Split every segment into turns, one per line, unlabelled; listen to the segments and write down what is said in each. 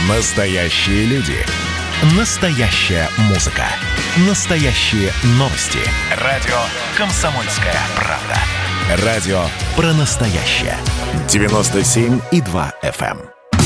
Настоящие люди. Настоящая музыка. Настоящие новости. Радио «Комсомольская правда». Радио про настоящее. 97,2 FM.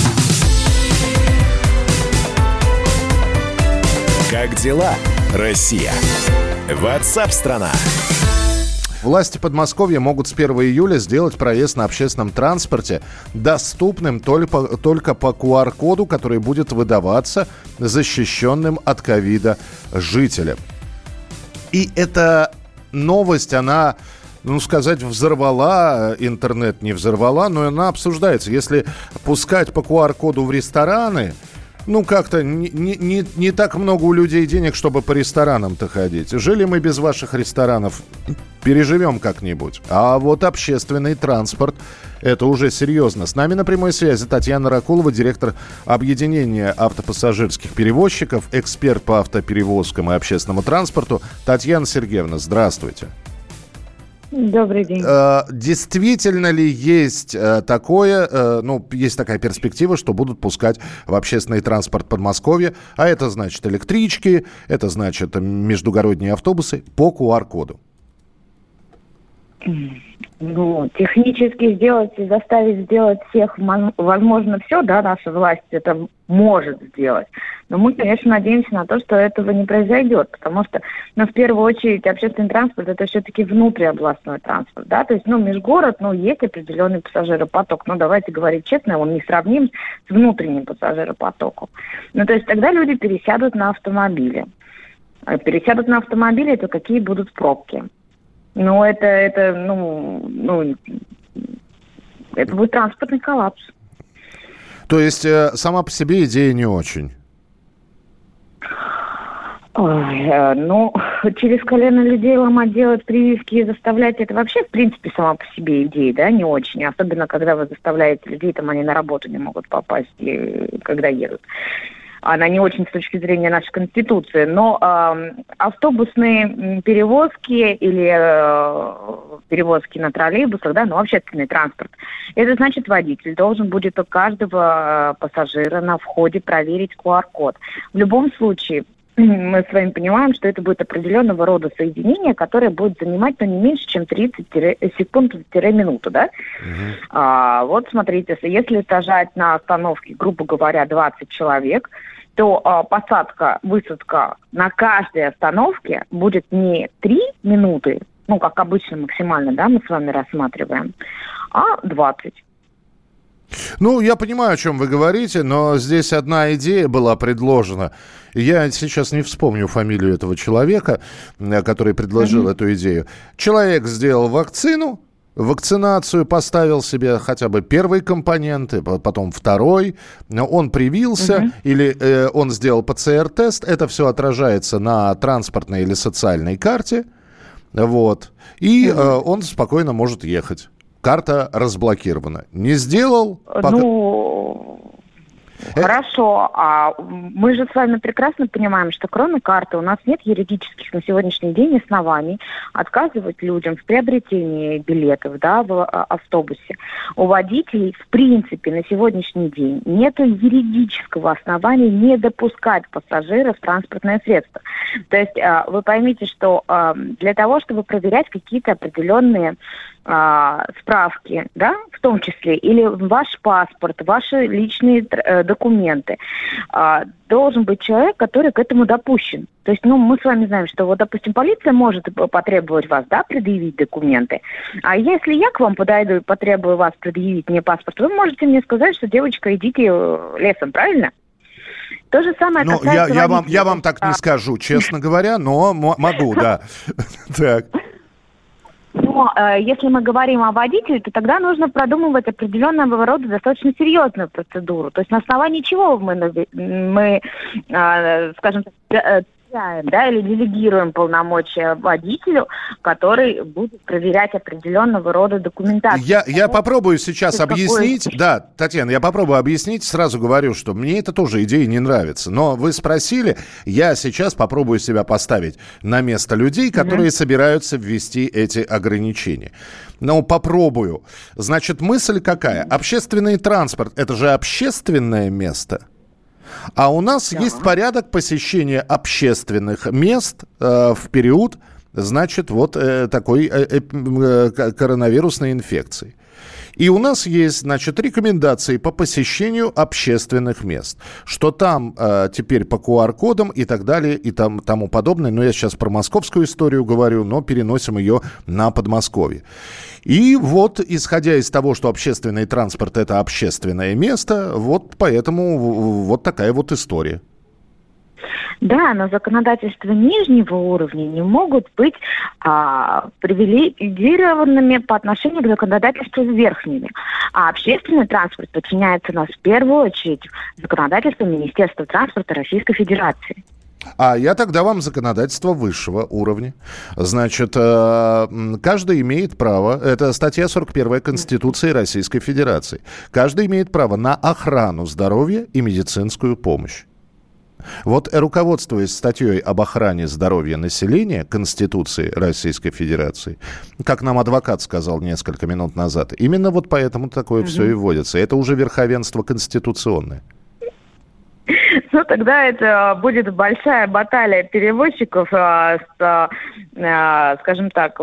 Как дела, Россия? WhatsApp-страна.
Власти Подмосковья могут с 1 июля сделать проезд на общественном транспорте доступным только по QR-коду, который будет выдаваться защищенным от ковида жителям. И эта новость, она, взорвала интернет, не взорвала, но она обсуждается. Если пускать по QR-коду в рестораны, как-то не так много у людей денег, чтобы по ресторанам-то ходить. Жили мы без ваших ресторанов, переживем как-нибудь. А вот общественный транспорт – это уже серьезно. С нами на прямой связи Татьяна Ракулова, директор объединения автопассажирских перевозчиков, эксперт по автоперевозкам и общественному транспорту. Татьяна Сергеевна, здравствуйте.
Добрый день.
Действительно ли есть такое, есть такая перспектива, что будут пускать в общественный транспорт Подмосковья, а это значит электрички, это значит междугородние автобусы по QR-коду?
Технически сделать и заставить сделать всех, возможно, все, да, наша власть это может сделать. Но мы, конечно, надеемся на то, что этого не произойдет, потому что, в первую очередь, общественный транспорт – это все-таки внутриобластной транспорт, да, то есть, межгород, есть определенный пассажиропоток, давайте говорить честно, он не сравним с внутренним пассажиропотоком. То есть, тогда люди пересядут на автомобили. Пересядут на автомобили, это какие будут пробки? Это будет транспортный коллапс.
То есть сама по себе идея не очень?
Через колено людей ломать, делать прививки и заставлять, это вообще, в принципе, сама по себе идея, да, не очень. Особенно, когда вы заставляете людей, они на работу не могут попасть, когда едут. Она не очень с точки зрения нашей Конституции, но автобусные перевозки или перевозки на троллейбусах, да, общественный транспорт, это значит, водитель должен будет у каждого пассажира на входе проверить QR-код. В любом случае, мы с вами понимаем, что это будет определенного рода соединение, которое будет занимать, не меньше, чем 30 секунд-минуту, да? Вот смотрите, если сажать на остановке, грубо говоря, 20 человек, то посадка, высадка на каждой остановке будет не 3 минуты, как обычно максимально, да, мы с вами рассматриваем, а 20.
Я понимаю, о чем вы говорите, но здесь одна идея была предложена. Я сейчас не вспомню фамилию этого человека, который предложил эту идею. Человек сделал вакцинацию, поставил себе хотя бы первый компонент, потом второй, он привился или он сделал ПЦР-тест, это все отражается на транспортной или социальной карте, и он спокойно может ехать. Карта разблокирована. Не сделал?
Хорошо. А мы же с вами прекрасно понимаем, что кроме карты у нас нет юридических на сегодняшний день оснований отказывать людям в приобретении билетов, да, в автобусе. У водителей, в принципе, на сегодняшний день нет юридического основания не допускать пассажиров в транспортное средство. То есть вы поймите, что для того, чтобы проверять какие-то определенные справки, да, в том числе, или ваш паспорт, ваши личные документы, должен быть человек, который к этому допущен. То есть, мы с вами знаем, что, допустим, полиция может потребовать вас, да, предъявить документы. А если я к вам подойду и потребую вас предъявить мне паспорт, вы можете мне сказать, что, девочка, идите лесом, правильно? То же самое касается
я вам так не скажу, честно говоря, но могу, да. Так.
Но если мы говорим о водителе, то тогда нужно продумывать определенного рода достаточно серьезную процедуру. То есть на основании чего мы скажем так, да, или делегируем полномочия водителю, который будет проверять определенного рода документацию.
Я попробую сейчас объяснить. Да, Татьяна, я попробую объяснить. Сразу говорю, что мне это тоже идея не нравится. Но вы спросили, я сейчас попробую себя поставить на место людей, которые собираются ввести эти ограничения. Попробую. Значит, мысль какая? Общественный транспорт – это же общественное место. А у нас есть порядок посещения общественных мест в период, значит, вот такой коронавирусной инфекции. И у нас есть, значит, рекомендации по посещению общественных мест, что там теперь по QR-кодам и так далее, и тому подобное. Но я сейчас про московскую историю говорю, но переносим ее на Подмосковье. И вот, исходя из того, что общественный транспорт – это общественное место, вот поэтому вот такая вот история.
Да, но законодательства нижнего уровня не могут быть привилегированными по отношению к законодательству верхнего. А общественный транспорт подчиняется нас в первую очередь законодательству Министерства транспорта Российской Федерации.
А я тогда вам законодательство высшего уровня. Значит, каждый имеет право, это статья 41 Конституции Российской Федерации, каждый имеет право на охрану здоровья и медицинскую помощь. Вот, руководствуясь статьей об охране здоровья населения Конституции Российской Федерации, как нам адвокат сказал несколько минут назад, именно вот поэтому такое все и вводится. Это уже верховенство конституционное.
Ну, тогда это будет большая баталия перевозчиков с, скажем так,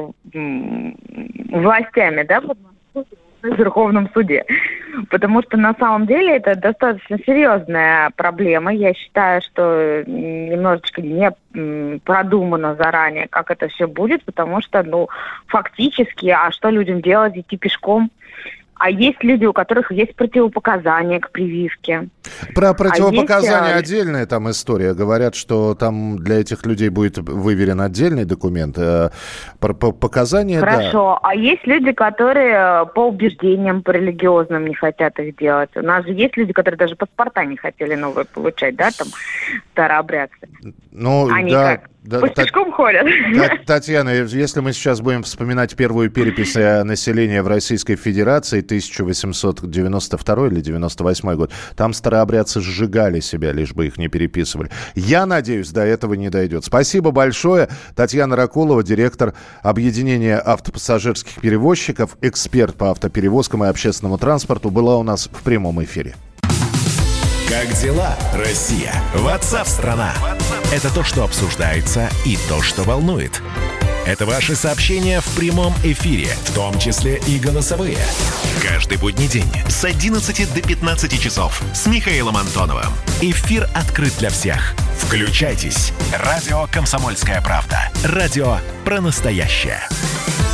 властями, да, в Верховном суде. Потому что на самом деле это достаточно серьезная проблема. Я считаю, что немножечко не продумано заранее, как это все будет, потому что, фактически, а что людям делать, идти пешком? А есть люди, у которых есть противопоказания к прививке.
Про противопоказания отдельная там история. Говорят, что там для этих людей будет выверен отдельный документ. Про показания,
Хорошо.
Да.
А есть люди, которые по убеждениям, по религиозным не хотят их делать. У нас же есть люди, которые даже паспорта не хотели новые получать, да, там, старообрядцы. Они
да.
как? Пусть пешком ходят.
Татьяна, если мы сейчас будем вспоминать первую перепись населения в Российской Федерации, 1892 или 98 год, там старообрядцы сжигали себя, лишь бы их не переписывали. Я надеюсь, до этого не дойдет. Спасибо большое. Татьяна Ракулова, директор объединения автопассажирских перевозчиков, эксперт по автоперевозкам и общественному транспорту, была у нас в прямом эфире.
Как дела, Россия? WhatsApp-страна! Это то, что обсуждается и то, что волнует. Это ваши сообщения в прямом эфире, в том числе и голосовые. Каждый будний день с 11 до 15 часов с Михаилом Антоновым. Эфир открыт для всех. Включайтесь. Радио «Комсомольская правда». Радио про настоящее.